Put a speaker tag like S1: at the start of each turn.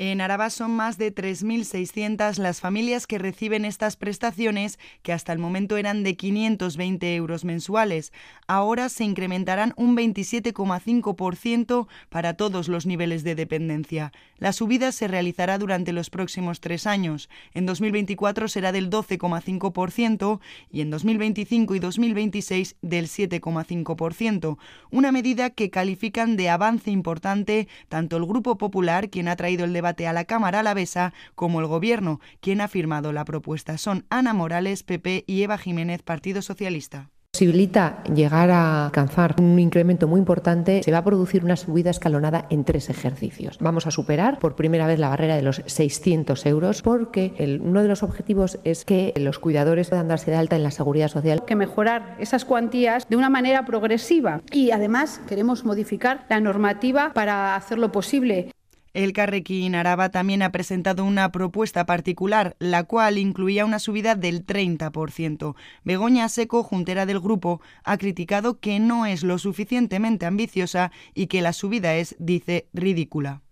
S1: En Araba son más de 3.600 las familias que reciben estas prestaciones, que hasta el momento eran de 520 euros mensuales. Ahora se incrementarán un 27,5% para todos los niveles de dependencia. La subida se realizará durante los próximos 3 años. En 2024 será del 12,5% y en 2025 y 2026 del 7,5%. Una medida que califican de avance importante tanto el Grupo Popular, quien ha traído el debate a la Cámara alavesa, como el Gobierno, quien ha firmado la propuesta. Son Ana Morales, PP, y Eva Jiménez, Partido Socialista.
S2: Posibilita llegar a alcanzar un incremento muy importante. Se va a producir una subida escalonada en 3 ejercicios. Vamos a superar por primera vez la barrera de los 600 euros porque uno de los objetivos es que los cuidadores puedan darse de alta en la Seguridad Social.
S3: Que mejorar esas cuantías de una manera progresiva y además queremos modificar la normativa para hacerlo posible.
S1: Elkarrekin Araba también ha presentado una propuesta particular, la cual incluía una subida del 30%. Begoña Seco, juntera del grupo, ha criticado que no es lo suficientemente ambiciosa y que la subida es, dice, ridícula.